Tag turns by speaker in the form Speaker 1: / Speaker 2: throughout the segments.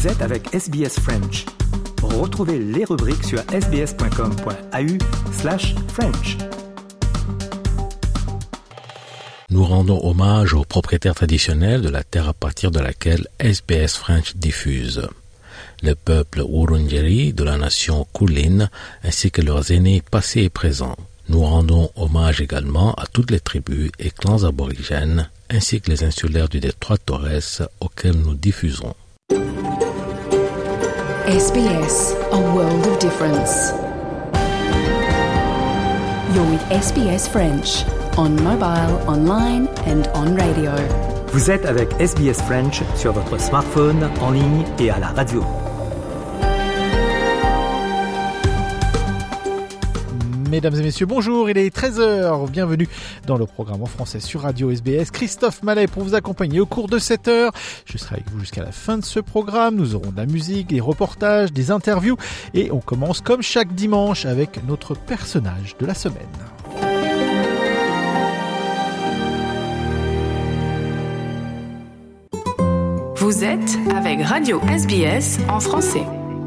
Speaker 1: Vous êtes avec SBS French. Retrouvez les rubriques sur sbs.com.au/French.
Speaker 2: Nous rendons hommage aux propriétaires traditionnels de la terre à partir de laquelle SBS French diffuse. Le peuple Wurundjeri de la nation Kulin ainsi que leurs aînés passés et présents. Nous rendons hommage également à toutes les tribus et clans aborigènes ainsi que les insulaires du détroit Torres auxquels nous diffusons.
Speaker 3: SBS, a world of difference. You're with SBS French, on mobile, online and on radio.
Speaker 1: Vous êtes avec SBS French sur votre smartphone, en ligne et à la radio.
Speaker 4: Mesdames et messieurs, bonjour, il est 13h, bienvenue dans le programme en français sur Radio SBS. Christophe Mallet pour vous accompagner au cours de cette heure. Je serai avec vous jusqu'à la fin de ce programme. Nous aurons de la musique, des reportages, des interviews et on commence comme chaque dimanche avec notre personnage de la semaine.
Speaker 3: Vous êtes avec Radio SBS en français.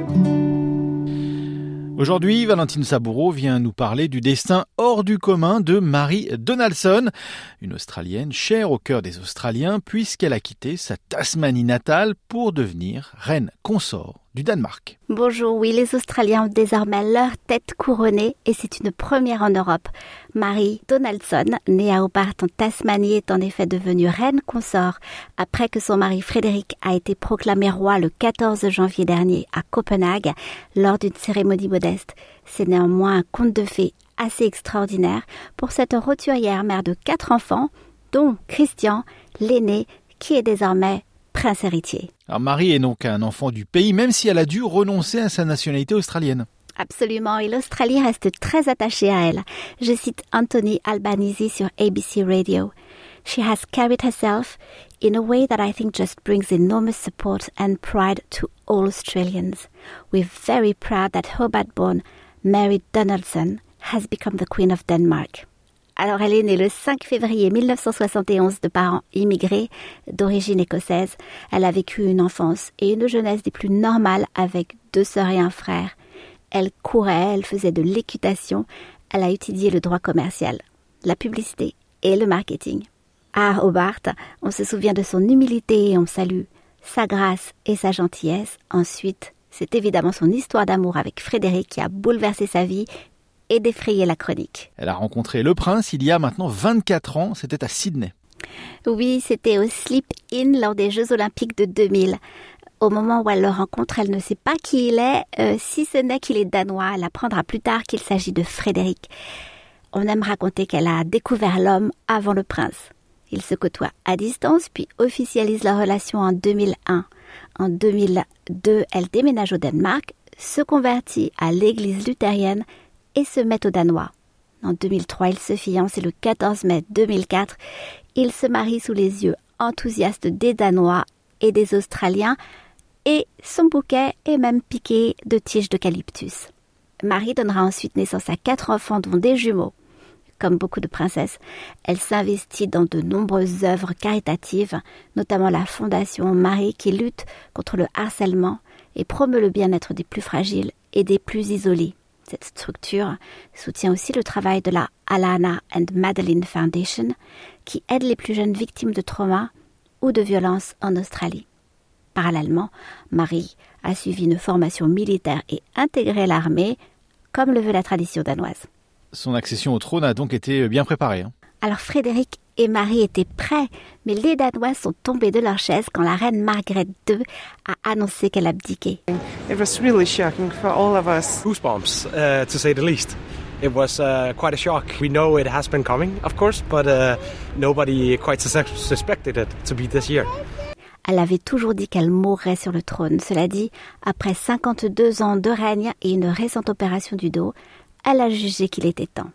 Speaker 4: Aujourd'hui, Valentine Saboureau vient nous parler du destin hors du commun de Marie Donaldson, une Australienne chère au cœur des Australiens puisqu'elle a quitté sa Tasmanie natale pour devenir reine consort du Danemark.
Speaker 5: Bonjour, oui, les Australiens ont désormais leur tête couronnée et c'est une première en Europe. Marie Donaldson, née à Hobart en Tasmanie, est en effet devenue reine consort après que son mari Frédéric a été proclamé roi le 14 janvier dernier à Copenhague lors d'une cérémonie modeste. C'est néanmoins un conte de fées assez extraordinaire pour cette roturière mère de 4 enfants, dont Christian, l'aîné, qui est désormais prince héritier.
Speaker 4: Alors Marie est donc un enfant du pays, même si elle a dû renoncer à sa nationalité australienne.
Speaker 5: Absolument, et l'Australie reste très attachée à elle. Je cite Anthony Albanese sur ABC Radio. She has carried herself in a way that I think just brings enormous support and pride to all Australians. We're very proud that Hobart-born Mary Donaldson has become the Queen of Denmark. Alors, elle est née le 5 février 1971 de parents immigrés d'origine écossaise. Elle a vécu une enfance et une jeunesse des plus normales avec 2 sœurs et un frère. Elle courait, elle faisait de l'équitation, elle a étudié le droit commercial, la publicité et le marketing. À Hobart, on se souvient de son humilité et on salue sa grâce et sa gentillesse. Ensuite, c'est évidemment son histoire d'amour avec Frédéric qui a bouleversé sa vie et défrayer la chronique.
Speaker 4: Elle a rencontré le prince il y a maintenant 24 ans, c'était à Sydney.
Speaker 5: Oui, c'était au Sleep-In lors des Jeux Olympiques de 2000. Au moment où elle le rencontre, elle ne sait pas qui il est, si ce n'est qu'il est danois. Elle apprendra plus tard qu'il s'agit de Frédéric. On aime raconter qu'elle a découvert l'homme avant le prince. Ils se côtoient à distance, puis officialisent leur relation en 2001. En 2002, elle déménage au Danemark, se convertit à l'église luthérienne et se met au danois. En 2003, ils se fiancent et le 14 mai 2004, ils se marient sous les yeux enthousiastes des Danois et des Australiens et son bouquet est même piqué de tiges d'eucalyptus. Marie donnera ensuite naissance à 4 enfants dont des jumeaux. Comme beaucoup de princesses, elle s'investit dans de nombreuses œuvres caritatives, notamment la Fondation Marie qui lutte contre le harcèlement et promeut le bien-être des plus fragiles et des plus isolés. Cette structure soutient aussi le travail de la Alana and Madeline Foundation qui aide les plus jeunes victimes de trauma ou de violences en Australie. Parallèlement, Marie a suivi une formation militaire et intégré l'armée, comme le veut la tradition danoise.
Speaker 4: Son accession au trône a donc été bien préparée.
Speaker 5: Alors Frédéric et Marie étaient prêts, mais les Danois sont tombés de leur chaise quand la reine Margaret II a annoncé qu'elle abdiquait.
Speaker 6: It was really shocking for all of us.
Speaker 7: Goosebumps, to say the least. It was quite a shock. We know it has been coming, of course, but nobody quite suspected it to be this year.
Speaker 5: Elle avait toujours dit qu'elle mourrait sur le trône. Cela dit, après 52 ans de règne et une récente opération du dos, elle a jugé qu'il était temps.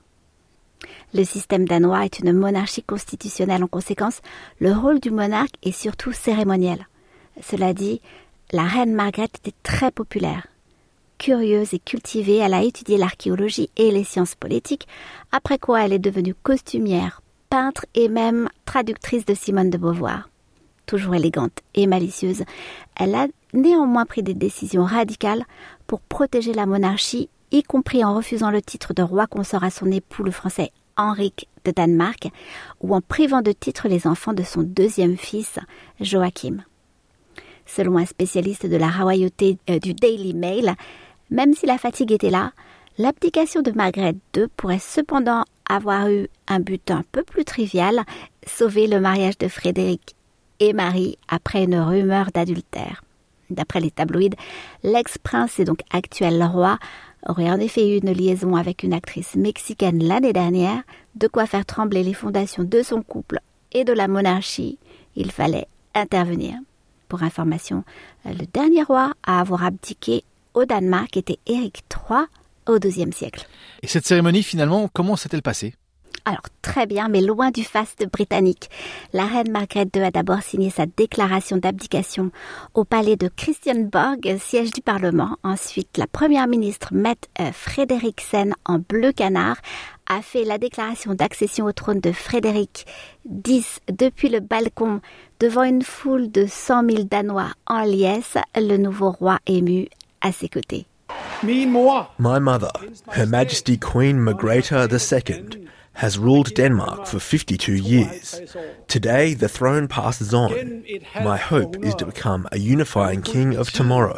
Speaker 5: Le système danois est une monarchie constitutionnelle. En conséquence, le rôle du monarque est surtout cérémoniel. Cela dit, la reine Margaret était très populaire. Curieuse et cultivée, elle a étudié l'archéologie et les sciences politiques, après quoi elle est devenue costumière, peintre et même traductrice de Simone de Beauvoir. Toujours élégante et malicieuse, elle a néanmoins pris des décisions radicales pour protéger la monarchie, y compris en refusant le titre de roi consort à son époux le français Henrik de Danemark, ou en privant de titre les enfants de son deuxième fils, Joachim. Selon un spécialiste de la royauté du Daily Mail, même si la fatigue était là, l'abdication de Margaret II pourrait cependant avoir eu un but un peu plus trivial, sauver le mariage de Frédéric et Marie après une rumeur d'adultère. D'après les tabloïds, l'ex-prince et donc actuel roi aurait en effet eu une liaison avec une actrice mexicaine l'année dernière, de quoi faire trembler les fondations de son couple et de la monarchie. Il fallait intervenir. Pour information, le dernier roi à avoir abdiqué au Danemark était Éric III au XIIe siècle.
Speaker 4: Et cette cérémonie, finalement, comment s'est-elle passée ?
Speaker 5: Alors très bien, mais loin du faste britannique. La reine Margaret II a d'abord signé sa déclaration d'abdication au palais de Christiansborg, siège du Parlement. Ensuite, la première ministre Mette Frederiksen en bleu canard a fait la déclaration d'accession au trône de Frédéric X depuis le balcon devant une foule de 100 000 Danois en liesse, le nouveau roi ému à ses côtés.
Speaker 8: My mother, Her Majesty Queen Margrethe II, has ruled Denmark for 52 years. Today, the throne passes on. My hope is to become a unifying king of tomorrow.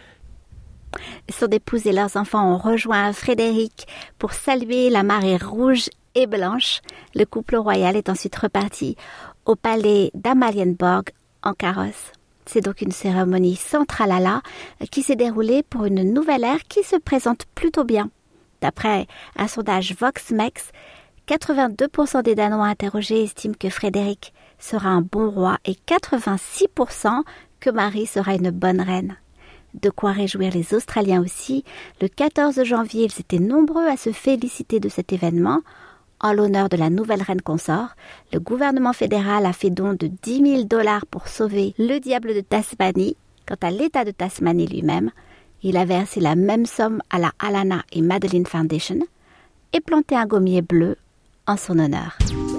Speaker 5: Son épouse et leurs enfants ont rejoint Frédéric pour saluer la marée rouge et blanche. Le couple royal est ensuite reparti au palais d'Amalienborg en carrosse. C'est donc une cérémonie sans tralala qui s'est déroulée pour une nouvelle ère qui se présente plutôt bien. D'après un sondage VoxMex, 82% des Danois interrogés estiment que Frédéric sera un bon roi et 86% que Marie sera une bonne reine. De quoi réjouir les Australiens aussi. Le 14 janvier, ils étaient nombreux à se féliciter de cet événement. En l'honneur de la nouvelle reine consort, le gouvernement fédéral a fait don de $10 000 pour sauver le diable de Tasmanie. Quant à l'État de Tasmanie lui-même, il a versé la même somme à la Alana et Madeline Foundation et planté un gommier bleu en son honneur.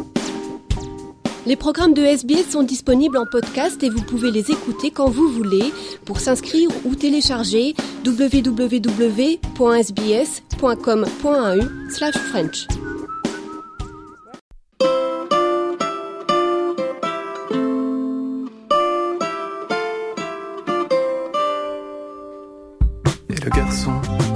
Speaker 9: Les programmes de SBS sont disponibles en podcast et vous pouvez les écouter quand vous voulez. Pour s'inscrire ou télécharger, www.sbs.com.au/French.
Speaker 10: Et le garçon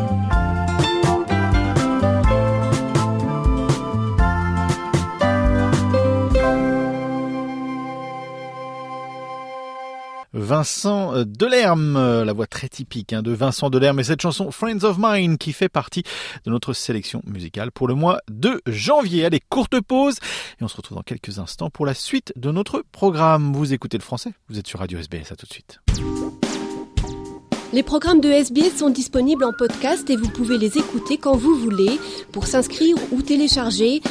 Speaker 4: Vincent Delerme, la voix très typique de Vincent Delerme et cette chanson Friends of Mine qui fait partie de notre sélection musicale pour le mois de janvier. Allez, courte pause et on se retrouve dans quelques instants pour la suite de notre programme. Vous écoutez le français, vous êtes sur Radio SBS, à tout de suite.
Speaker 9: Les programmes de SBS sont disponibles en podcast et vous pouvez les écouter quand vous voulez. Pour s'inscrire ou télécharger,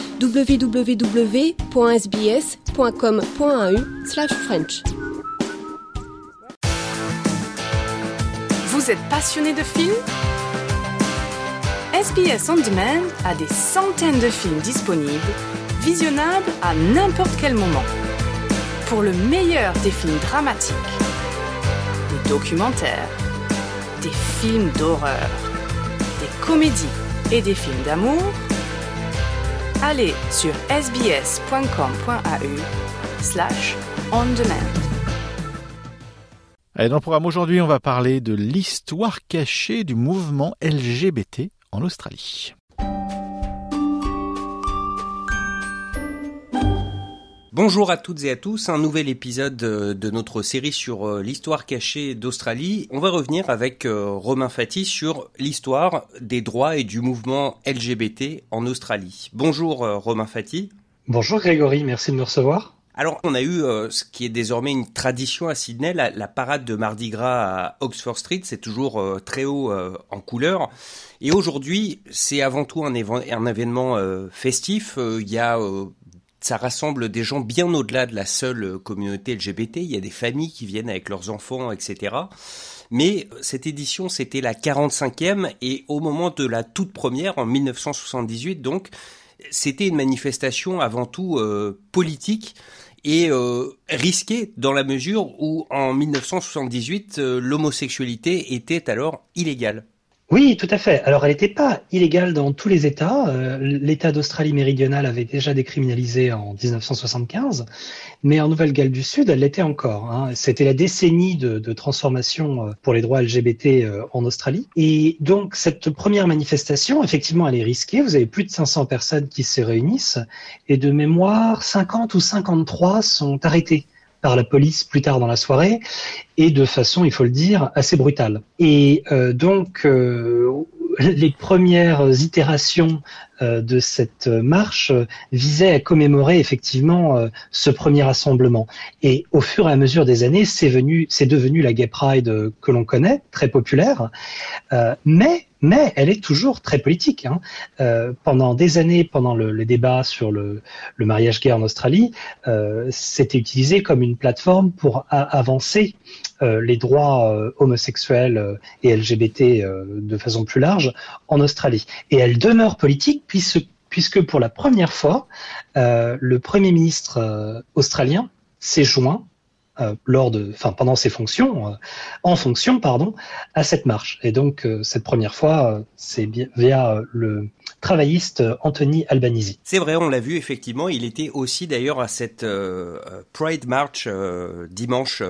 Speaker 9: www.sbs.com.au/French.
Speaker 11: Vous êtes passionné de films ? SBS On Demand a des centaines de films disponibles, visionnables à n'importe quel moment. Pour le meilleur des films dramatiques, des documentaires, des films d'horreur, des comédies et des films d'amour, allez sur sbs.com.au/ondemand.
Speaker 4: Allez, dans le programme aujourd'hui, on va parler de l'histoire cachée du mouvement LGBT en Australie.
Speaker 12: Bonjour à toutes et à tous, un nouvel épisode de notre série sur l'histoire cachée d'Australie. On va revenir avec Romain Fati sur l'histoire des droits et du mouvement LGBT en Australie. Bonjour Romain Fati.
Speaker 13: Bonjour Grégory, merci de me recevoir.
Speaker 12: Alors, on a eu ce qui est désormais une tradition à Sydney, la parade de Mardi Gras à Oxford Street, c'est toujours très haut en couleur. Et aujourd'hui, c'est avant tout un événement festif. Ça rassemble des gens bien au-delà de la seule communauté LGBT. Il y a des familles qui viennent avec leurs enfants, etc. Mais cette édition, c'était la 45e et au moment de la toute première, en 1978, donc, c'était une manifestation avant tout politique. est risquée dans la mesure où en 1978 l'homosexualité était alors illégale.
Speaker 13: Oui, tout à fait. Alors, elle n'était pas illégale dans tous les États. L'État d'Australie méridionale avait déjà décriminalisé en 1975, mais en Nouvelle-Galles du Sud, elle l'était encore. Hein. C'était la décennie de transformation pour les droits LGBT en Australie. Et donc, cette première manifestation, effectivement, elle est risquée. Vous avez plus de 500 personnes qui se réunissent, et de mémoire, 50 ou 53 sont arrêtés par la police plus tard dans la soirée, et de façon, il faut le dire, assez brutale. Et donc, les premières itérations de cette marche visaient à commémorer effectivement ce premier rassemblement. Et au fur et à mesure des années, c'est devenu la Gay Pride que l'on connaît, très populaire, mais elle est toujours très politique. Hein. Pendant des années, pendant le débat sur le mariage gay en Australie, c'était utilisé comme une plateforme pour avancer les droits homosexuels et LGBT de façon plus large en Australie. Et elle demeure politique puisque pour la première fois, le Premier ministre australien s'est joint pendant ses fonctions, à cette marche. Et donc, cette première fois, c'est via le travailliste Anthony Albanese.
Speaker 12: C'est vrai, on l'a vu, effectivement. Il était aussi d'ailleurs à cette Pride March dimanche,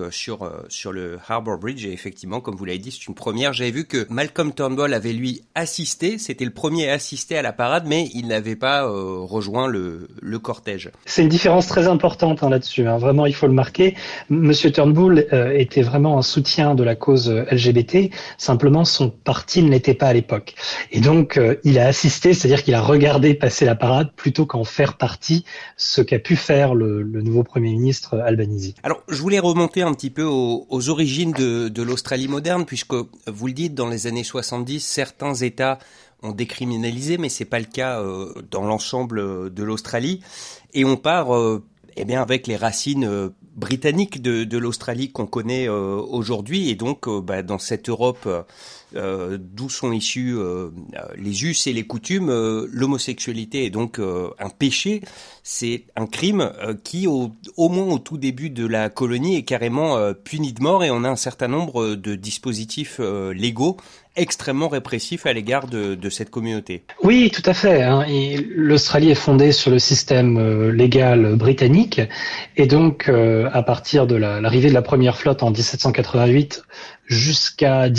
Speaker 12: sur le Harbour Bridge. Et effectivement, comme vous l'avez dit, c'est une première. J'avais vu que Malcolm Turnbull avait, lui, assisté. C'était le premier à assister à la parade, mais il n'avait pas rejoint le cortège.
Speaker 13: C'est une différence très importante là-dessus. Hein. Vraiment, il faut le marquer. Monsieur Turnbull était vraiment un soutien de la cause LGBT. Simplement, son parti ne l'était pas à l'époque. Et donc, il a assisté, c'est-à-dire qu'il a regardé passer la parade plutôt qu'en faire partie, ce qu'a pu faire le nouveau Premier ministre Albanese.
Speaker 12: Alors, je voulais remonter un petit peu aux origines de l'Australie moderne, puisque vous le dites, dans les années 70, certains États ont décriminalisé, mais c'est pas le cas dans l'ensemble de l'Australie. Et on part avec les racines britanniques de l'Australie qu'on connaît aujourd'hui, et donc dans cette Europe d'où sont issus les us et les coutumes, l'homosexualité est donc un péché, c'est un crime qui au moins au tout début de la colonie est carrément puni de mort, et on a un certain nombre de dispositifs légaux extrêmement répressifs à l'égard de cette communauté.
Speaker 13: Oui, tout à fait. Hein. Et l'Australie est fondée sur le système légal britannique, et donc à partir de l'arrivée de la première flotte en 1788 jusqu'à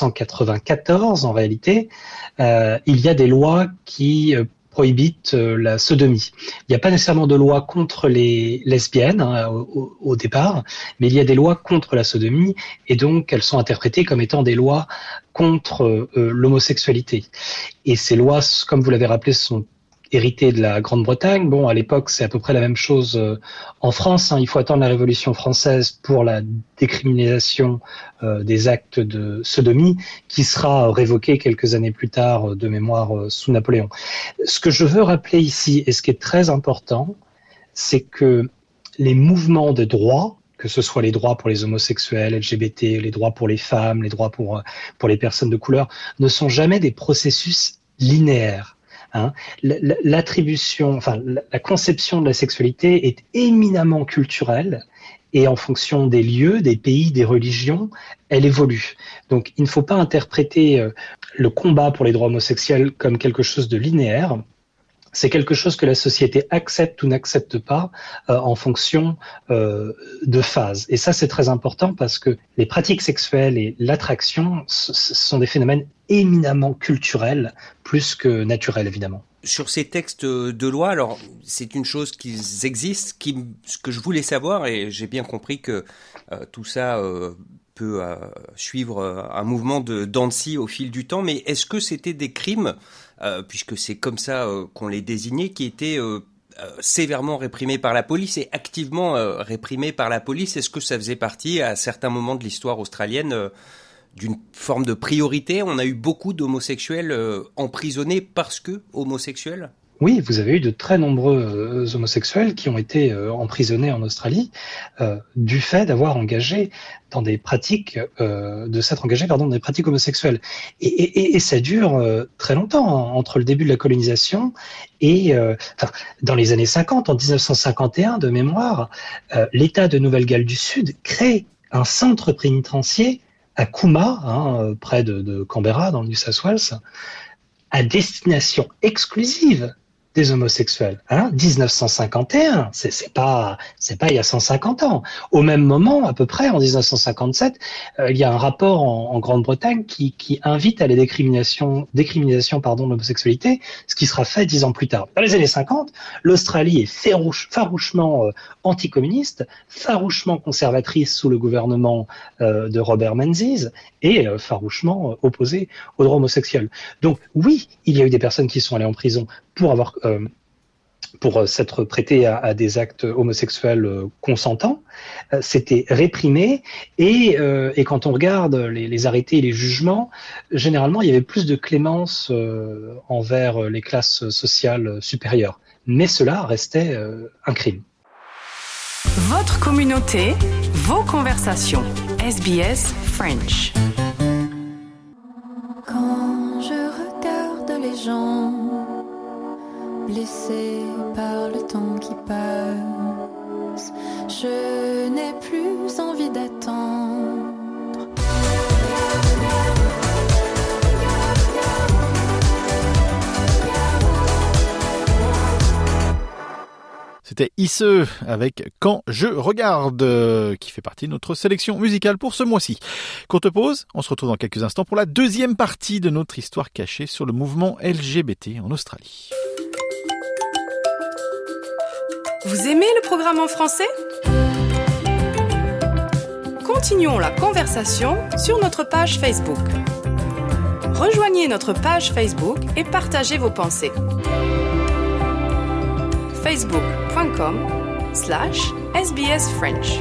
Speaker 13: 1994, en réalité, il y a des lois qui prohibitent la sodomie. Il n'y a pas nécessairement de loi contre les lesbiennes au départ, mais il y a des lois contre la sodomie, et donc elles sont interprétées comme étant des lois contre l'homosexualité. Et ces lois, comme vous l'avez rappelé, sont hérité de la Grande-Bretagne. Bon, à l'époque, c'est à peu près la même chose en France. Hein. Il faut attendre la Révolution française pour la décriminalisation des actes de sodomie, qui sera révoquée quelques années plus tard, de mémoire, sous Napoléon. Ce que je veux rappeler ici, et ce qui est très important, c'est que les mouvements de droit, que ce soit les droits pour les homosexuels, LGBT, les droits pour les femmes, les droits pour les personnes de couleur, ne sont jamais des processus linéaires. Hein, l'attribution, la conception de la sexualité est éminemment culturelle, et en fonction des lieux, des pays, des religions, elle évolue. Donc, il ne faut pas interpréter le combat pour les droits homosexuels comme quelque chose de linéaire. C'est quelque chose que la société accepte ou n'accepte pas en fonction de phases. Et ça, c'est très important parce que les pratiques sexuelles et l'attraction sont des phénomènes éminemment culturels, plus que naturels, évidemment.
Speaker 12: Sur ces textes de loi, alors c'est une chose qui existe, ce que je voulais savoir, et j'ai bien compris que tout ça peut suivre un mouvement de dents de scie au fil du temps, mais est-ce que c'était des crimes, puisque c'est comme ça qu'on les désignait, qui étaient sévèrement réprimés par la police et activement réprimés par la police? Est-ce que ça faisait partie, à certains moments de l'histoire australienne, d'une forme de priorité? On a eu beaucoup d'homosexuels emprisonnés parce que homosexuels?
Speaker 13: oui, vous avez eu de très nombreux homosexuels qui ont été emprisonnés en Australie du fait d'avoir engagé dans des pratiques, de s'être engagés dans des pratiques homosexuelles. Et ça dure très longtemps, entre le début de la colonisation et dans les années 50, en 1951 de mémoire, l'État de Nouvelle-Galles du Sud crée un centre pénitentiaire à Cooma, près de Canberra, dans le New South Wales, à destination exclusive des homosexuels. 1951, c'est pas il y a 150 ans. Au même moment, à peu près, en 1957, il y a un rapport en Grande-Bretagne qui invite à la décriminalisation de l'homosexualité, ce qui sera fait 10 ans plus tard. Dans les années 50, l'Australie est farouchement anticommuniste, farouchement conservatrice sous le gouvernement de Robert Menzies et farouchement opposée aux droits homosexuels. Donc oui, il y a eu des personnes qui sont allées en prison pour s'être prêté à des actes homosexuels consentants. C'était réprimé et quand on regarde les arrêtés et les jugements, généralement il y avait plus de clémence envers les classes sociales supérieures. Mais cela restait un crime.
Speaker 11: Votre communauté, vos conversations. SBS French.
Speaker 10: Quand je regarde les gens blessés par le temps qui passe, je n'ai plus envie d'attendre.
Speaker 4: C'était Isseux avec Quand je regarde, qui fait partie de notre sélection musicale pour ce mois-ci. Courte pause, on se retrouve dans quelques instants pour la deuxième partie de notre histoire cachée sur le mouvement LGBT en Australie.
Speaker 11: Vous aimez le programme en français ? Continuons la conversation sur notre page Facebook. Rejoignez notre page Facebook et partagez vos pensées. facebook.com/SBS French.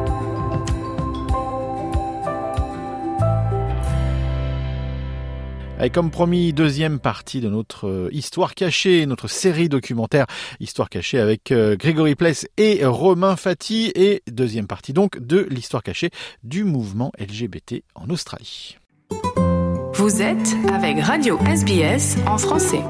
Speaker 4: Et comme promis, deuxième partie de notre histoire cachée, notre série documentaire Histoire cachée avec Grégory Pless et Romain Fati, et deuxième partie donc de l'histoire cachée du mouvement LGBT en Australie.
Speaker 11: Vous êtes avec Radio SBS en français.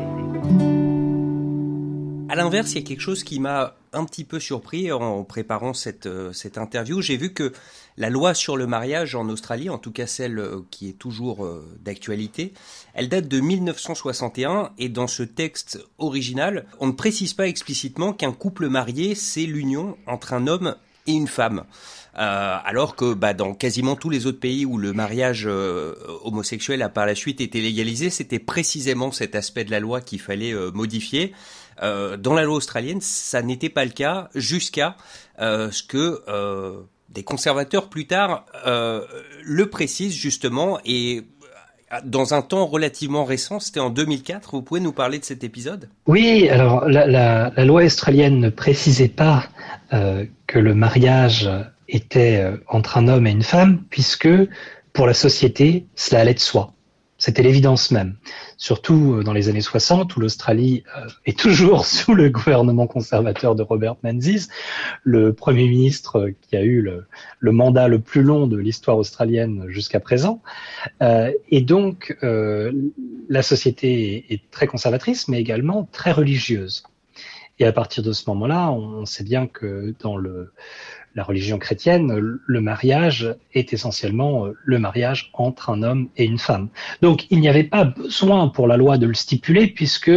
Speaker 12: À l'inverse, il y a quelque chose qui m'a un petit peu surpris en préparant cette interview. J'ai vu que la loi sur le mariage en Australie, en tout cas celle qui est toujours d'actualité, elle date de 1961 et dans ce texte original, on ne précise pas explicitement qu'un couple marié, c'est l'union entre un homme et une femme. Alors que dans quasiment tous les autres pays où le mariage homosexuel a par la suite été légalisé, c'était précisément cet aspect de la loi qu'il fallait modifier. Dans la loi australienne, ça n'était pas le cas jusqu'à ce que des conservateurs plus tard le précisent justement, et dans un temps relativement récent, c'était en 2004. Vous pouvez nous parler de cet épisode ?
Speaker 13: Oui, alors la loi australienne ne précisait pas que le mariage était entre un homme et une femme, puisque pour la société, cela allait de soi. C'était l'évidence même. Surtout dans les années 60, où l'Australie est toujours sous le gouvernement conservateur de Robert Menzies, le Premier ministre qui a eu le mandat le plus long de l'histoire australienne jusqu'à présent. Et donc, la société est très conservatrice, mais également très religieuse. Et à partir de ce moment-là, on sait bien que dans la religion chrétienne, le mariage est essentiellement le mariage entre un homme et une femme. Donc, il n'y avait pas besoin pour la loi de le stipuler, puisque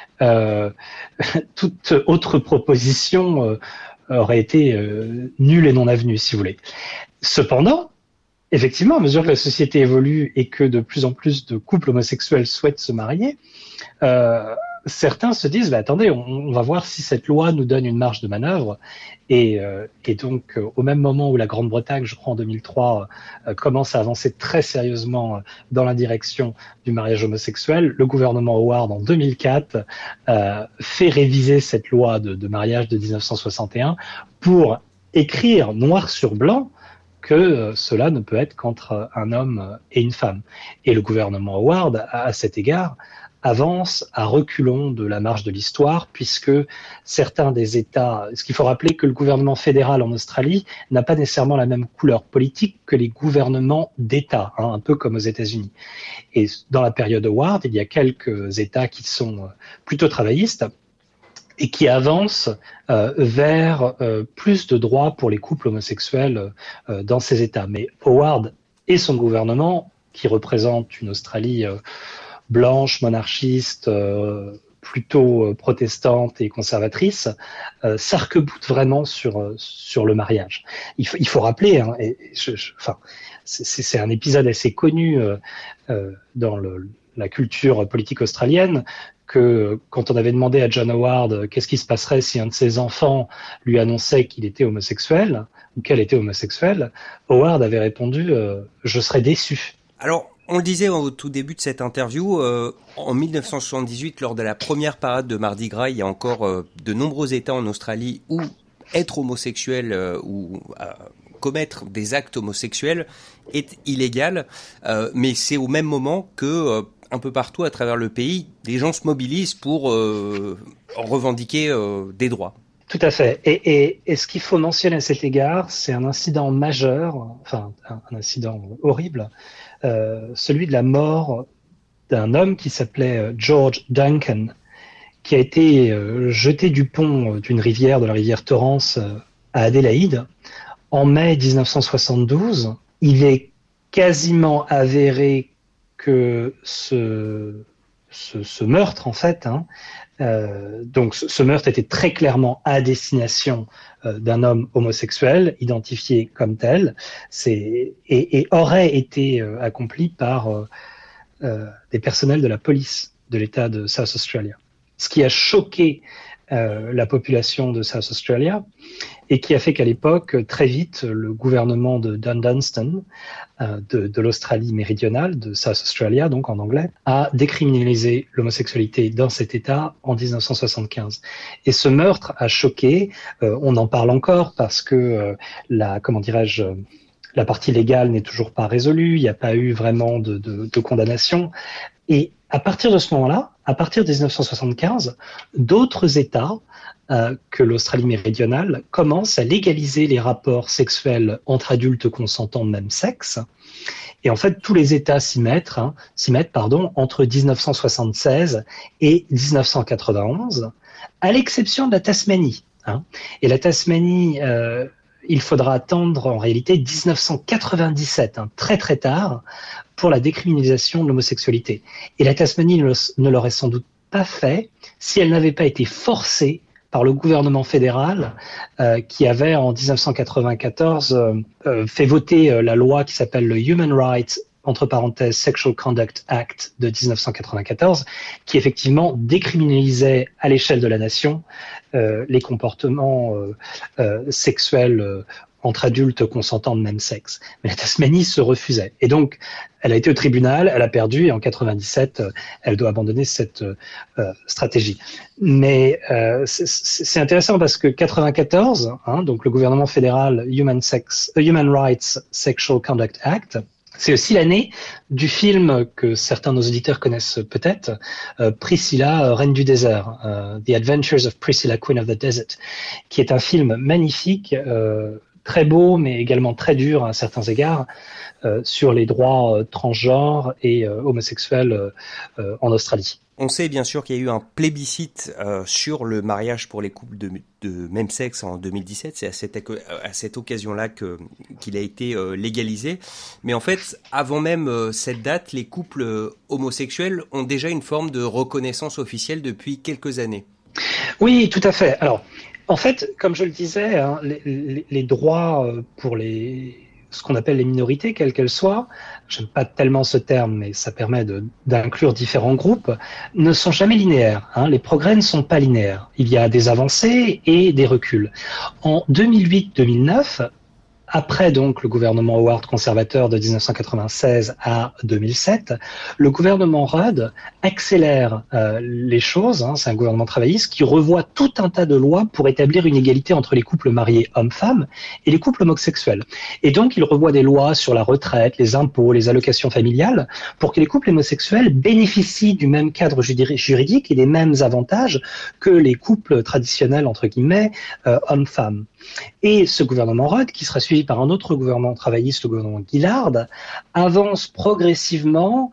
Speaker 13: toute autre proposition aurait été nulle et non avenue, si vous voulez. Cependant, effectivement, à mesure que la société évolue et que de plus en plus de couples homosexuels souhaitent se marier, certains se disent, attendez, on va voir si cette loi nous donne une marge de manœuvre. Et donc, au même moment où la Grande-Bretagne, je crois en 2003, commence à avancer très sérieusement dans la direction du mariage homosexuel, le gouvernement Howard, en 2004, fait réviser cette loi de mariage de 1961 pour écrire noir sur blanc que cela ne peut être qu'entre un homme et une femme. Et le gouvernement Howard, à cet égard, avance à reculons de la marche de l'histoire, puisque certains des États, ce qu'il faut rappeler que le gouvernement fédéral en Australie n'a pas nécessairement la même couleur politique que les gouvernements d'État, un peu comme aux États-Unis. Et dans la période Howard, il y a quelques États qui sont plutôt travaillistes et qui avancent vers plus de droits pour les couples homosexuels dans ces États. Mais Howard et son gouvernement, qui représente une Australie blanche, monarchiste, plutôt protestante et conservatrice, s'arc-boute vraiment sur le mariage. Il faut rappeler, c'est un épisode assez connu dans la culture politique australienne, que quand on avait demandé à John Howard qu'est-ce qui se passerait si un de ses enfants lui annonçait qu'il était homosexuel ou qu'elle était homosexuelle, Howard avait répondu je serais déçu.
Speaker 12: Alors, on le disait au tout début de cette interview, en 1978, lors de la première parade de Mardi Gras, il y a encore de nombreux États en Australie où être homosexuel ou commettre des actes homosexuels est illégal, mais c'est au même moment que un peu partout à travers le pays, des gens se mobilisent pour revendiquer des droits.
Speaker 13: Tout à fait. Et ce qu'il faut mentionner à cet égard, c'est un incident majeur, enfin un incident horrible, celui de la mort d'un homme qui s'appelait George Duncan, qui a été jeté du pont d'une rivière, de la rivière Torrance, à Adélaïde, en mai 1972. Il est quasiment avéré que ce meurtre, en fait, donc ce meurtre était très clairement à destination d'un homme homosexuel, identifié comme tel, et aurait été accompli par des personnels de la police de l'État de South Australia. Ce qui a choqué la population de South Australia et qui a fait qu'à l'époque, très vite, le gouvernement de Don Dunstan, de l'Australie méridionale, de South Australia, donc en anglais, a décriminalisé l'homosexualité dans cet État en 1975. Et ce meurtre a choqué, on en parle encore parce que la partie légale n'est toujours pas résolue, il n'y a pas eu vraiment de condamnation. Et à partir de ce moment-là, à partir de 1975, d'autres États que l'Australie méridionale commencent à légaliser les rapports sexuels entre adultes consentants de même sexe. Et en fait, tous les États s'y mettent entre 1976 et 1991, à l'exception de la Tasmanie. Et la Tasmanie, il faudra attendre en réalité 1997, très très tard, pour la décriminalisation de l'homosexualité. Et la Tasmanie ne l'aurait sans doute pas fait si elle n'avait pas été forcée par le gouvernement fédéral qui avait en 1994 fait voter la loi qui s'appelle le Human Rights, entre parenthèses, Sexual Conduct Act de 1994, qui effectivement décriminalisait à l'échelle de la nation les comportements sexuels entre adultes consentants de même sexe. Mais la Tasmanie se refusait. Et donc, elle a été au tribunal, elle a perdu, et en 97, elle doit abandonner cette stratégie. Mais c'est intéressant parce que 94, donc le gouvernement fédéral Human Rights Sexual Conduct Act, c'est aussi l'année du film que certains de nos auditeurs connaissent peut-être, Priscilla, Reine du désert, The Adventures of Priscilla, Queen of the Desert, qui est un film magnifique, très beau, mais également très dur à certains égards, sur les droits transgenres et homosexuels en Australie.
Speaker 12: On sait bien sûr qu'il y a eu un plébiscite sur le mariage pour les couples de même sexe en 2017. C'est à cette occasion-là qu'il a été légalisé. Mais en fait, avant même cette date, les couples homosexuels ont déjà une forme de reconnaissance officielle depuis quelques années.
Speaker 13: Oui, tout à fait. Alors, en fait, comme je le disais, les droits pour ce qu'on appelle les minorités, quelles qu'elles soient, j'aime pas tellement ce terme, mais ça permet d'inclure différents groupes, ne sont jamais linéaires. Les progrès ne sont pas linéaires. Il y a des avancées et des reculs. En 2008-2009, après donc le gouvernement Howard conservateur de 1996 à 2007, le gouvernement Rudd accélère les choses. C'est un gouvernement travailliste qui revoit tout un tas de lois pour établir une égalité entre les couples mariés hommes-femmes et les couples homosexuels. Et donc il revoit des lois sur la retraite, les impôts, les allocations familiales pour que les couples homosexuels bénéficient du même cadre juridique et des mêmes avantages que les couples traditionnels entre guillemets hommes-femmes. Et ce gouvernement Rudd, qui sera suivi par un autre gouvernement travailliste, le gouvernement Gillard, avance progressivement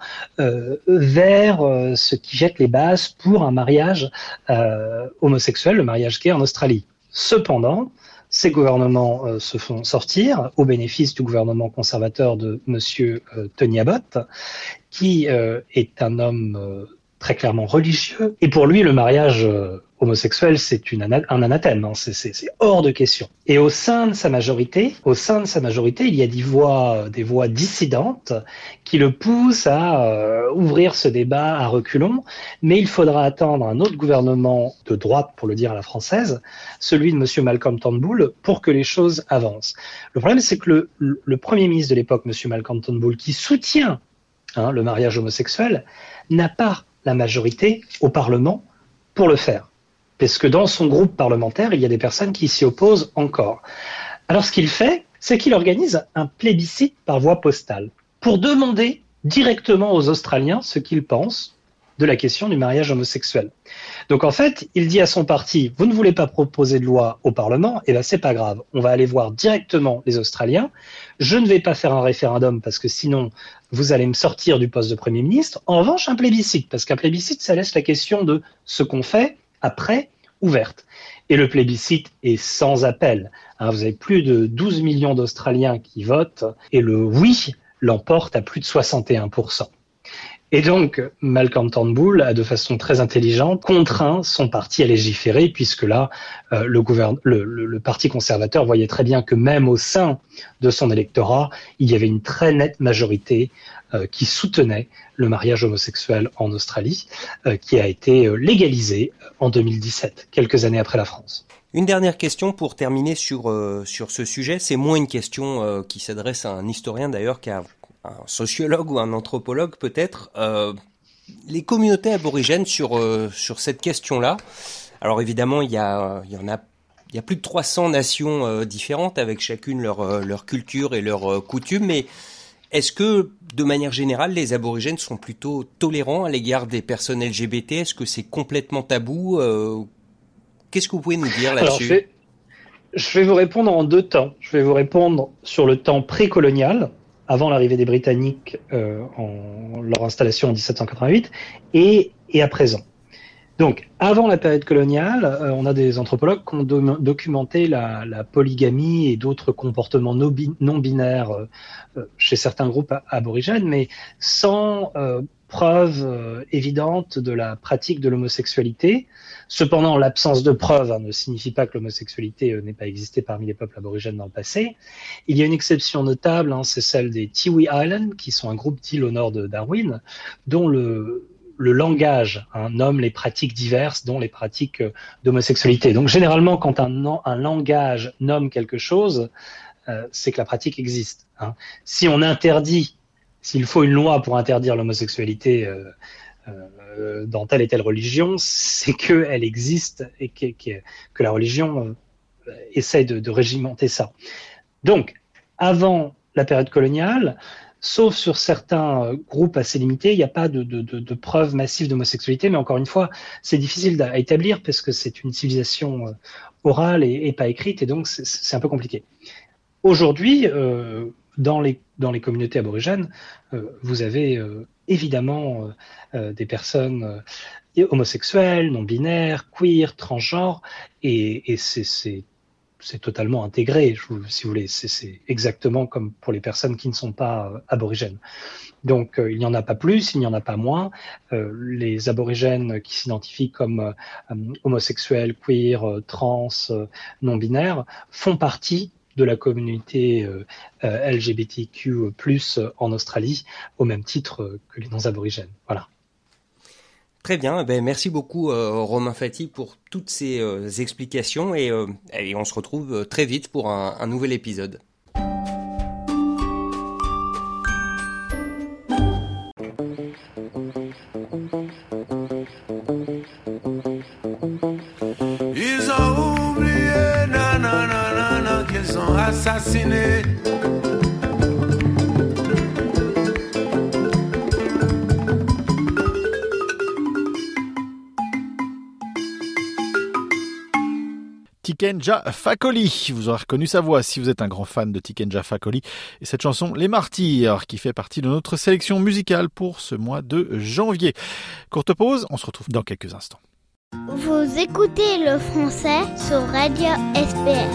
Speaker 13: vers ce qui jette les bases pour un mariage homosexuel, le mariage gay en Australie. Cependant, ces gouvernements se font sortir au bénéfice du gouvernement conservateur de Monsieur Tony Abbott, qui est un homme très clairement religieux. Et pour lui, le mariage homosexuel, c'est un anathème, c'est hors de question. Et au sein de sa majorité, il y a des voix dissidentes qui le poussent à ouvrir ce débat à reculons, mais il faudra attendre un autre gouvernement de droite, pour le dire à la française, celui de Monsieur Malcolm Turnbull, pour que les choses avancent. Le problème, c'est que le Premier ministre de l'époque, Monsieur Malcolm Turnbull, qui soutient le mariage homosexuel, n'a pas la majorité au Parlement pour le faire. Parce que dans son groupe parlementaire, il y a des personnes qui s'y opposent encore. Alors ce qu'il fait, c'est qu'il organise un plébiscite par voie postale pour demander directement aux Australiens ce qu'ils pensent de la question du mariage homosexuel. Donc en fait, il dit à son parti, vous ne voulez pas proposer de loi au Parlement, eh ben c'est pas grave, on va aller voir directement les Australiens, je ne vais pas faire un référendum parce que sinon vous allez me sortir du poste de Premier ministre, en revanche un plébiscite, parce qu'un plébiscite ça laisse la question de ce qu'on fait après ouverte. Et le plébiscite est sans appel. Vous avez plus de 12 millions d'Australiens qui votent et le oui l'emporte à plus de 61%. Et donc, Malcolm Turnbull a de façon très intelligente contraint son parti à légiférer, puisque là, le parti conservateur voyait très bien que même au sein de son électorat, il y avait une très nette majorité qui soutenait le mariage homosexuel en Australie, qui a été légalisé en 2017, quelques années après la France.
Speaker 12: Une dernière question pour terminer sur ce sujet. C'est moins une question qui s'adresse à un historien d'ailleurs qu'à un sociologue ou un anthropologue peut-être. Les communautés aborigènes sur cette question-là. Alors évidemment, il y a plus de 300 nations différentes avec chacune leur culture et leurs coutumes, mais est-ce que, de manière générale, les aborigènes sont plutôt tolérants à l'égard des personnes LGBT? Est-ce que c'est complètement tabou? Qu'est-ce que vous pouvez nous dire là-dessus?
Speaker 13: Alors, je vais vous répondre en deux temps. Je vais vous répondre sur le temps précolonial, avant l'arrivée des Britanniques, leur installation en 1788, et à présent. Donc, avant la période coloniale, on a des anthropologues qui ont documenté la polygamie et d'autres comportements non binaires chez certains groupes aborigènes, mais sans preuve évidente de la pratique de l'homosexualité. Cependant, l'absence de preuves ne signifie pas que l'homosexualité n'ait pas existé parmi les peuples aborigènes dans le passé. Il y a une exception notable, c'est celle des Tiwi Islands, qui sont un groupe d'îles au nord de Darwin, dont le langage nomme les pratiques diverses, dont les pratiques d'homosexualité. Donc généralement, quand un langage nomme quelque chose, c'est que la pratique existe. Si on interdit, s'il faut une loi pour interdire l'homosexualité dans telle et telle religion, c'est qu'elle existe et que la religion essaie de régimenter ça. Donc, avant la période coloniale, sauf sur certains groupes assez limités, il n'y a pas de preuves massives d'homosexualité, mais encore une fois, c'est difficile à établir parce que c'est une civilisation orale et pas écrite, et donc c'est un peu compliqué. Aujourd'hui, dans les communautés aborigènes, vous avez évidemment des personnes homosexuelles, non-binaires, queer, transgenres, et c'est totalement intégré, si vous voulez. C'est exactement comme pour les personnes qui ne sont pas aborigènes. Donc, il n'y en a pas plus, il n'y en a pas moins. Les aborigènes qui s'identifient comme homosexuels, queer, trans, non-binaires, font partie de la communauté LGBTQ+ en Australie, au même titre que les non-aborigènes. Voilà.
Speaker 12: Très bien, merci beaucoup Romain Fati pour toutes ces explications et on se retrouve très vite pour un nouvel épisode.
Speaker 14: assassiné.
Speaker 4: Tikenja Fakoly. Vous aurez reconnu sa voix si vous êtes un grand fan de Tikenja Fakoly. Et cette chanson, Les Martyrs, qui fait partie de notre sélection musicale pour ce mois de janvier. Courte pause, on se retrouve dans quelques instants.
Speaker 15: Vous écoutez le français sur Radio SBS.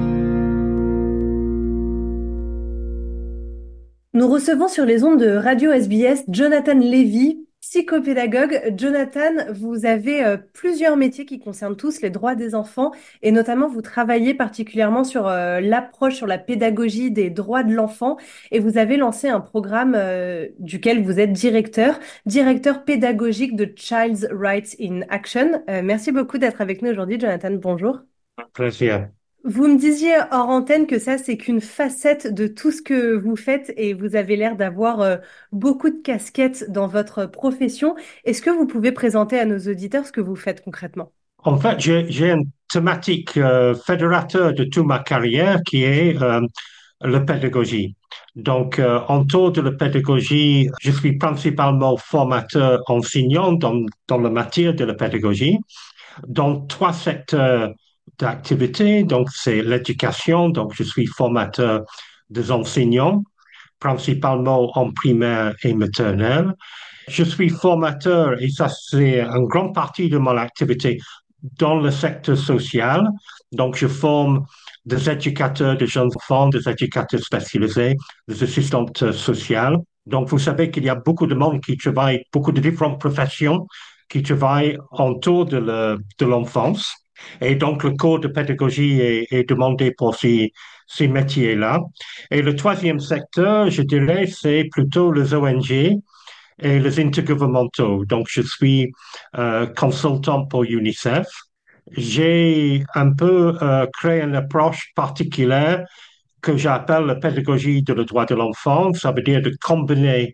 Speaker 16: Nous recevons sur les ondes de Radio SBS Jonathan Levy, psychopédagogue. Jonathan, vous avez plusieurs métiers qui concernent tous les droits des enfants et notamment vous travaillez particulièrement sur l'approche, sur la pédagogie des droits de l'enfant et vous avez lancé un programme duquel vous êtes directeur pédagogique de Child's Rights in Action. Merci beaucoup d'être avec nous aujourd'hui, Jonathan. Bonjour.
Speaker 17: Plaisir.
Speaker 16: Vous me disiez hors antenne que ça, c'est qu'une facette de tout ce que vous faites et vous avez l'air d'avoir beaucoup de casquettes dans votre profession. Est-ce que vous pouvez présenter à nos auditeurs ce que vous faites concrètement?
Speaker 17: En fait, j'ai une thématique fédérateur de toute ma carrière qui est la pédagogie. Donc, autour de la pédagogie, je suis principalement formateur enseignant dans la matière de la pédagogie, dans 3 secteurs d'activité. Donc, c'est l'éducation. Donc, je suis formateur des enseignants, principalement en primaire et maternelle. Je suis formateur, et ça, c'est une grande partie de mon activité dans le secteur social. Donc, je forme des éducateurs de jeunes enfants, des éducateurs spécialisés, des assistantes sociales. Donc, vous savez qu'il y a beaucoup de monde qui travaille, beaucoup de différentes professions qui travaillent autour de l'enfance. Et donc, le cours de pédagogie est demandé pour ces métiers-là. Et le 3e secteur, je dirais, c'est plutôt les ONG et les intergouvernementaux. Donc, je suis consultant pour UNICEF. J'ai un peu créé une approche particulière que j'appelle la pédagogie de le droit de l'enfant. Ça veut dire de combiner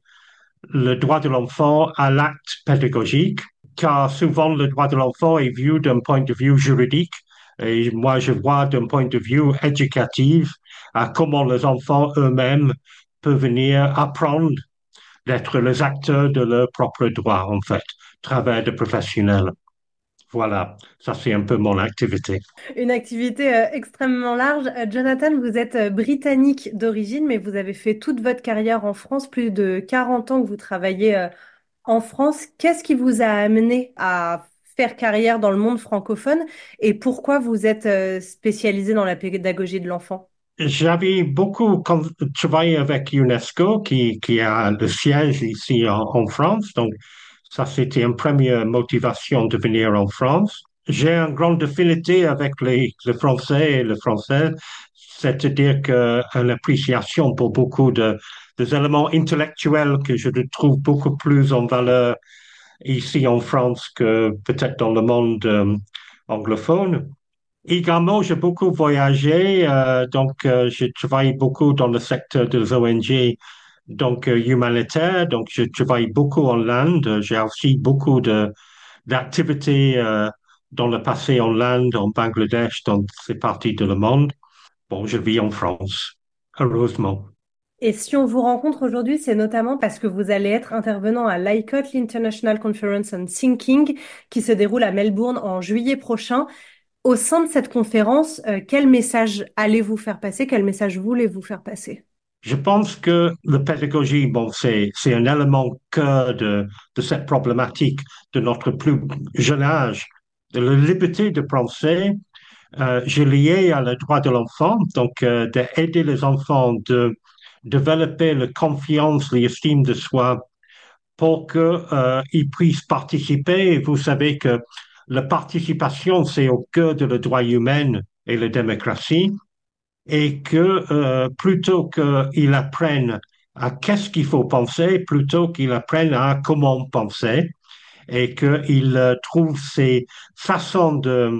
Speaker 17: le droit de l'enfant à l'acte pédagogique, car souvent le droit de l'enfant est vu d'un point de vue juridique, et moi je vois d'un point de vue éducatif à comment les enfants eux-mêmes peuvent venir apprendre d'être les acteurs de leurs propres droits, en fait, à travers des professionnels. Voilà, ça c'est un peu mon activité.
Speaker 16: Une activité extrêmement large. Jonathan, vous êtes britannique d'origine, mais vous avez fait toute votre carrière en France, plus de 40 ans que vous travaillez en France. Qu'est-ce qui vous a amené à faire carrière dans le monde francophone et pourquoi vous êtes spécialisé dans la pédagogie de l'enfant?
Speaker 17: J'avais beaucoup travaillé avec UNESCO qui a le siège ici en France. Donc, ça, c'était une première motivation de venir en France. J'ai une grande affinité avec les Français et les Françaises, c'est-à-dire qu'une appréciation pour beaucoup des éléments intellectuels que je trouve beaucoup plus en valeur ici en France que peut-être dans le monde anglophone. Également, j'ai beaucoup voyagé, donc j'ai travaillé beaucoup dans le secteur des ONG, donc humanitaire. Donc, je travaille beaucoup en Inde. J'ai aussi beaucoup d'activités dans le passé en Inde, en Bangladesh, dans ces parties de le monde. Bon, je vis en France, heureusement.
Speaker 16: Et si on vous rencontre aujourd'hui, c'est notamment parce que vous allez être intervenant à l'ICOT, l'International Conference on Thinking, qui se déroule à Melbourne en juillet prochain. Au sein de cette conférence, quel message allez-vous faire passer? Quel message voulez-vous faire passer?
Speaker 17: Je pense que la pédagogie, bon, c'est un élément cœur de cette problématique de notre plus jeune âge. De la liberté de penser, je lié à le droit de l'enfant, donc d'aider les enfants de développer la confiance, l'estime de soi pour qu'ils puissent participer. Et vous savez que la participation, c'est au cœur de le droit humain et la démocratie, et que plutôt qu'ils apprennent à qu'est-ce qu'il faut penser, plutôt qu'ils apprennent à comment penser, et qu'ils trouvent ces façons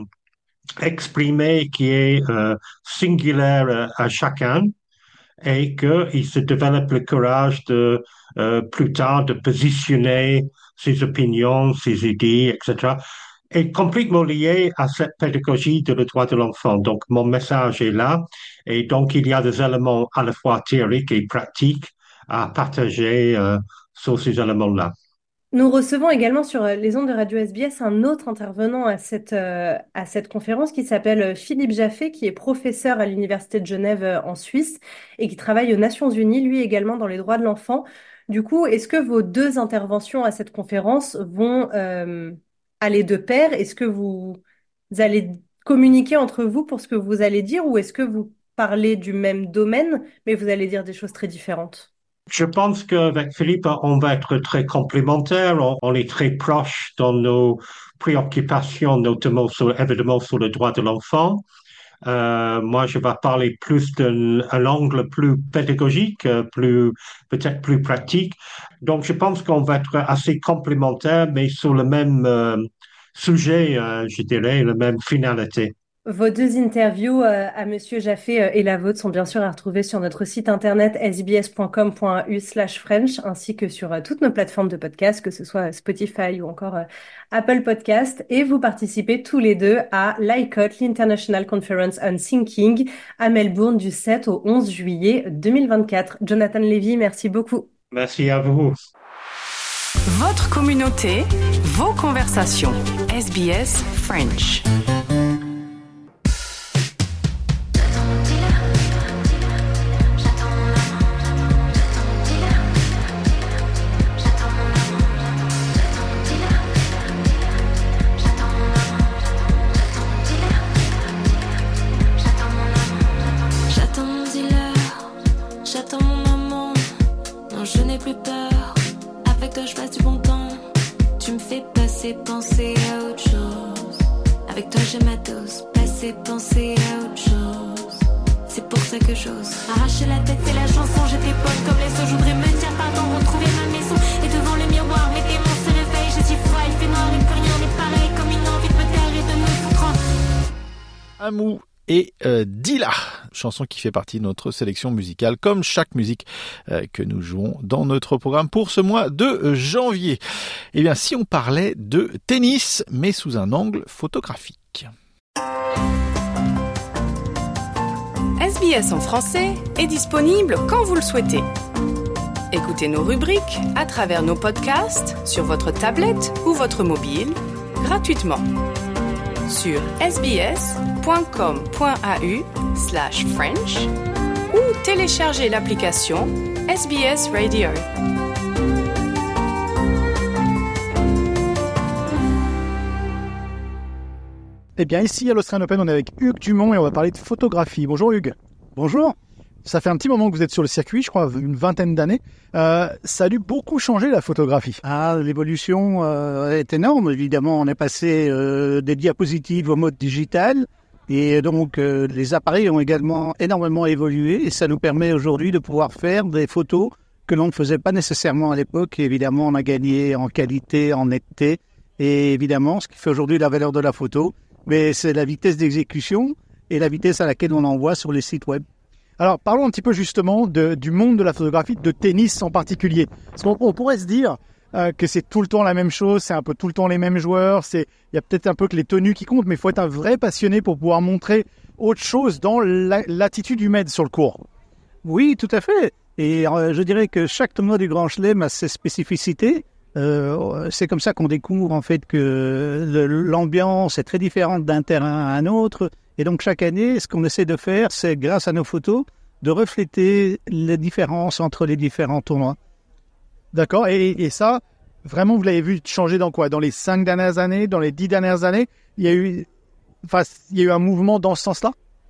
Speaker 17: d'exprimer qui est singulière à chacun, et qu'ils se développent le courage de plus tard de positionner ses opinions, ses idées, etc., est complètement lié à cette pédagogie de le droit de l'enfant. Donc, mon message est là. Et donc, il y a des éléments à la fois théoriques et pratiques à partager sur ces éléments-là.
Speaker 16: Nous recevons également sur les ondes de Radio SBS un autre intervenant à cette conférence qui s'appelle Philippe Jaffé, qui est professeur à l'Université de Genève en Suisse et qui travaille aux Nations Unies, lui également dans les droits de l'enfant. Du coup, est-ce que vos deux interventions à cette conférence vont aller de pair? Est-ce que vous allez communiquer entre vous pour ce que vous allez dire ou est-ce que vous parlez du même domaine, mais vous allez dire des choses très différentes?
Speaker 17: Je pense qu'avec Philippe, on va être très complémentaires. On est très proches dans nos préoccupations, notamment évidemment sur le droit de l'enfant. Moi, je vais parler plus d'un angle plus pédagogique, peut-être plus pratique. Donc, je pense qu'on va être assez complémentaires, mais sur le même sujet, je dirais, la même finalité.
Speaker 16: Vos deux interviews à Monsieur Jaffé et la vôtre sont bien sûr à retrouver sur notre site internet sbs.com.au/French ainsi que sur toutes nos plateformes de podcast, que ce soit Spotify ou encore Apple Podcast. Et vous participez tous les deux à l'ICOT, l'International Conference on Thinking, à Melbourne du 7 au 11 juillet 2024. Jonathan Levy, merci beaucoup.
Speaker 17: Merci à vous.
Speaker 11: Votre communauté, vos conversations. SBS French.
Speaker 10: Penser à autre chose. Avec toi j'ai ma dose. Passer, penser à autre chose. C'est pour ça que j'ose arracher la tête, c'est la chanson. J'étais bonne comme les autres. Je voudrais me dire pardon, retrouver ma maison. Et devant le miroir, mes démons se réveillent. Je suis froid, il fait noir et plus rien n'est pareil. Comme une envie de me taire et de me foutre en...
Speaker 4: Amou et Dila, chanson qui fait partie de notre sélection musicale, comme chaque musique que nous jouons dans notre programme pour ce mois de janvier. Eh bien, si on parlait de tennis, mais sous un angle photographique.
Speaker 11: SBS en français est disponible quand vous le souhaitez. Écoutez nos rubriques à travers nos podcasts sur votre tablette ou votre mobile, gratuitement. Sur sbs.com.au/French ou téléchargez l'application SBS Radio.
Speaker 4: Eh bien, ici à l'Australian Open, on est avec Hugues Dumont et on va parler de photographie. Bonjour Hugues.
Speaker 14: Bonjour.
Speaker 4: Ça fait un petit moment que vous êtes sur le circuit, je crois, une vingtaine d'années. Ça a dû beaucoup changer la photographie.
Speaker 14: Ah, l'évolution est énorme. Évidemment, on est passé des diapositives au mode digital. Et donc, les appareils ont également énormément évolué. Et ça nous permet aujourd'hui de pouvoir faire des photos que l'on ne faisait pas nécessairement à l'époque. Et évidemment, on a gagné en qualité, en netteté. Et évidemment, ce qui fait aujourd'hui la valeur de la photo, mais c'est la vitesse d'exécution et la vitesse à laquelle on envoie sur les sites web.
Speaker 4: Alors, parlons un petit peu justement du monde de la photographie, de tennis en particulier. Parce qu'on pourrait se dire que c'est tout le temps la même chose, c'est un peu tout le temps les mêmes joueurs, il y a peut-être un peu que les tenues qui comptent, mais il faut être un vrai passionné pour pouvoir montrer autre chose dans l'attitude humaine sur le court.
Speaker 14: Oui, tout à fait. Et je dirais que chaque tournoi du Grand Chelem a ses spécificités. C'est comme ça qu'on découvre en fait que l'ambiance est très différente d'un terrain à un autre. Et donc chaque année, ce qu'on essaie de faire, c'est grâce à nos photos, de refléter les différences entre les différents tournois.
Speaker 4: D'accord. Et ça, vraiment, vous l'avez vu changer dans quoi ? Dans les 5 dernières années, dans les 10 dernières années, il y a eu un mouvement dans ce sens-là ?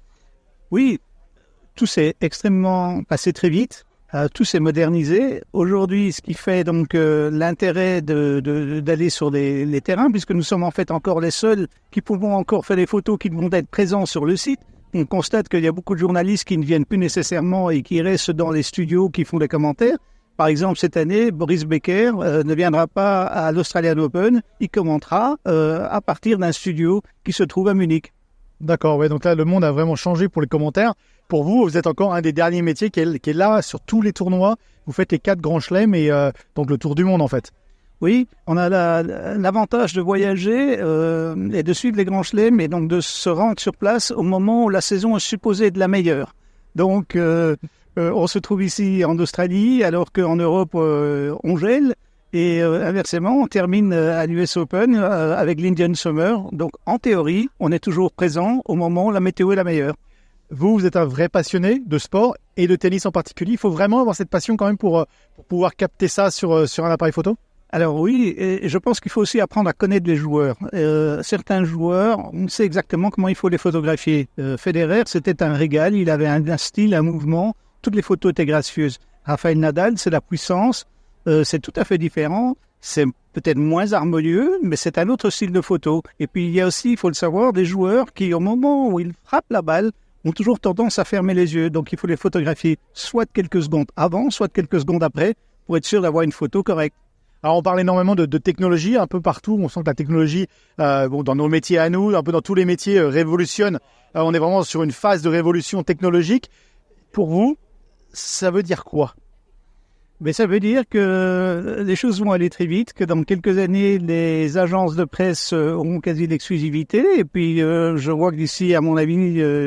Speaker 14: Oui, tout s'est extrêmement passé très vite. Tout s'est modernisé. Aujourd'hui, ce qui fait donc l'intérêt d'aller sur les terrains, puisque nous sommes en fait encore les seuls qui pouvons encore faire des photos qui vont être présents sur le site. On constate qu'il y a beaucoup de journalistes qui ne viennent plus nécessairement et qui restent dans les studios, qui font des commentaires. Par exemple, cette année, Boris Becker ne viendra pas à l'Australian Open. Il commentera à partir d'un studio qui se trouve à Munich.
Speaker 4: D'accord, ouais, donc là, le monde a vraiment changé pour les commentaires. Pour vous, vous êtes encore un des derniers métiers qui est là sur tous les tournois. Vous faites les 4 grands chelems et donc le tour du monde, en fait.
Speaker 14: Oui, on a l'avantage de voyager et de suivre les grands chelems, mais donc de se rendre sur place au moment où la saison est supposée être la meilleure. Donc, on se trouve ici en Australie, alors qu'en Europe, on gèle. Et inversement, on termine à l'US Open avec l'Indian Summer. Donc, en théorie, on est toujours présent au moment où la météo est la meilleure.
Speaker 4: Vous êtes un vrai passionné de sport et de tennis en particulier. Il faut vraiment avoir cette passion quand même pour pouvoir capter ça sur un appareil photo?
Speaker 14: Alors oui, et je pense qu'il faut aussi apprendre à connaître les joueurs. Certains joueurs, on sait exactement comment il faut les photographier. Federer, c'était un régal, il avait un style, un mouvement, toutes les photos étaient gracieuses. Rafael Nadal, c'est la puissance, c'est tout à fait différent, c'est peut-être moins harmonieux, mais c'est un autre style de photo. Et puis il y a aussi, il faut le savoir, des joueurs qui, au moment où ils frappent la balle, ont toujours tendance à fermer les yeux. Donc il faut les photographier soit quelques secondes avant, soit quelques secondes après, pour être sûr d'avoir une photo correcte.
Speaker 4: Alors on parle énormément de technologie un peu partout. On sent que la technologie, dans nos métiers à nous, un peu dans tous les métiers, révolutionne. On est vraiment sur une phase de révolution technologique. Pour vous, ça veut dire quoi?
Speaker 14: Mais ça veut dire que les choses vont aller très vite, que dans quelques années, les agences de presse auront quasi l'exclusivité. Et puis, je vois que d'ici, à mon avis,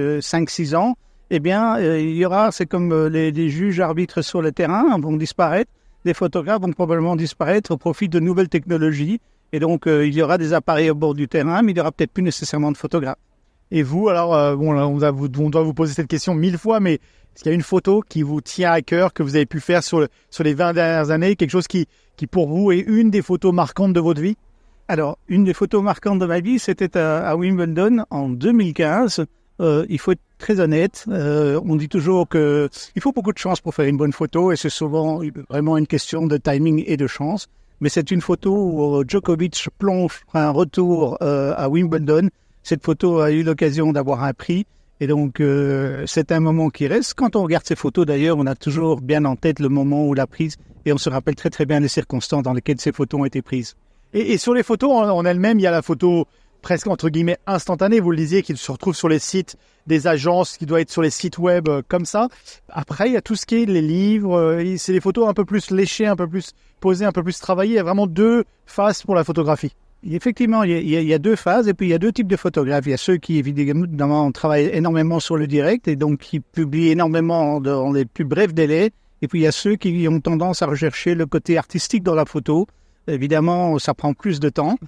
Speaker 14: 5-6 ans, eh bien, il y aura, c'est comme les juges arbitres sur le terrain vont disparaître. Les photographes vont probablement disparaître au profit de nouvelles technologies. Et donc, il y aura des appareils au bord du terrain, mais il n'y aura peut-être plus nécessairement de photographes.
Speaker 4: Et vous, alors, on doit vous poser cette question 1000 fois, mais est-ce qu'il y a une photo qui vous tient à cœur, que vous avez pu faire sur les 20 dernières années, quelque chose qui pour vous est une des photos marquantes de votre vie?
Speaker 14: Alors, une des photos marquantes de ma vie, c'était à Wimbledon en 2015. Il faut être très honnête. On dit toujours que il faut beaucoup de chance pour faire une bonne photo, et c'est souvent vraiment une question de timing et de chance. Mais c'est une photo où Djokovic plonge un retour à Wimbledon. Cette photo a eu l'occasion d'avoir un prix. Et donc, c'est un moment qui reste. Quand on regarde ces photos, d'ailleurs, on a toujours bien en tête le moment où l'a prise, et on se rappelle très très bien les circonstances dans lesquelles ces photos ont été prises.
Speaker 4: Et sur les photos en elles-mêmes, il y a la photo presque entre guillemets instantanée, vous le disiez, qui se retrouve sur les sites des agences, qui doit être sur les sites web comme ça. Après, il y a tout ce qui est les livres, c'est des photos un peu plus léchées, un peu plus posées, un peu plus travaillées. Il y a vraiment deux faces pour la photographie.
Speaker 14: Effectivement, il y a deux phases, et puis il y a deux types de photographes. Il y a ceux qui, évidemment, travaillent énormément sur le direct et donc qui publient énormément dans les plus brefs délais. Et puis il y a ceux qui ont tendance à rechercher le côté artistique dans la photo. Évidemment, ça prend plus de temps.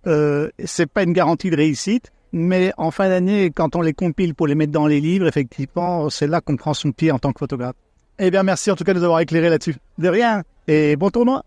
Speaker 14: C'est pas une garantie de réussite, mais en fin d'année, quand on les compile pour les mettre dans les livres, effectivement, c'est là qu'on prend son pied en tant que photographe.
Speaker 4: Eh bien, merci en tout cas de nous avoir éclairé là-dessus.
Speaker 14: De rien, et bon tournoi.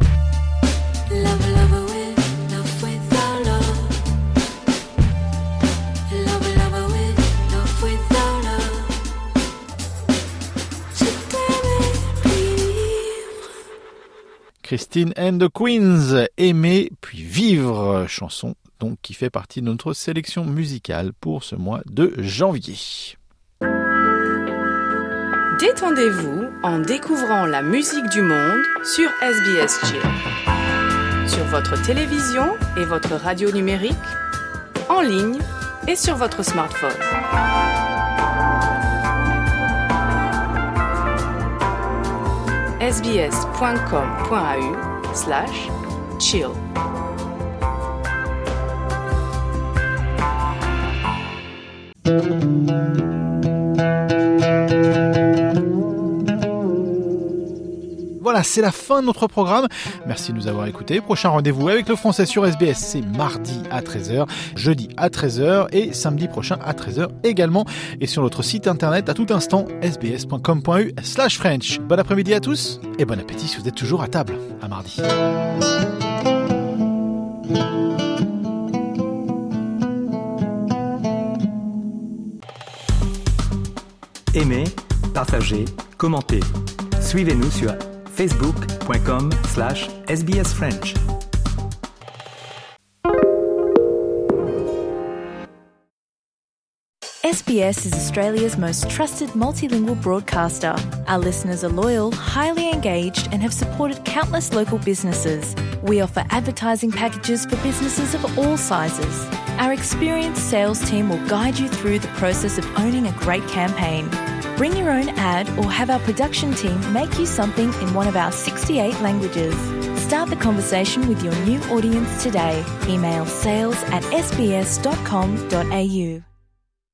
Speaker 4: Christine and the Queens, Aimer puis vivre, chanson donc qui fait partie de notre sélection musicale pour ce mois de janvier.
Speaker 11: Détendez-vous en découvrant la musique du monde sur SBS Chill. Sur votre télévision et votre radio numérique, en ligne et sur votre smartphone. sbs.com.au/chill.
Speaker 4: Voilà, c'est la fin de notre programme. Merci de nous avoir écoutés. Prochain rendez-vous avec le français sur SBS, c'est mardi à 13h, jeudi à 13h et samedi prochain à 13h également. Et sur notre site internet à tout instant, sbs.com.au/French. Bon après-midi à tous et bon appétit si vous êtes toujours à table. À mardi.
Speaker 1: Aimez, partagez, commentez. Suivez-nous sur facebook.com/SBS French.
Speaker 18: SBS is Australia's most trusted multilingual broadcaster. Our listeners are loyal, highly engaged, and have supported countless local businesses. We offer advertising packages for businesses of all sizes. Our experienced sales team will guide you through the process of owning a great campaign. Bring your own ad or have our production team make you something in one of our 68 languages. Start the conversation with your new audience today. Email sales@sbs.com.au.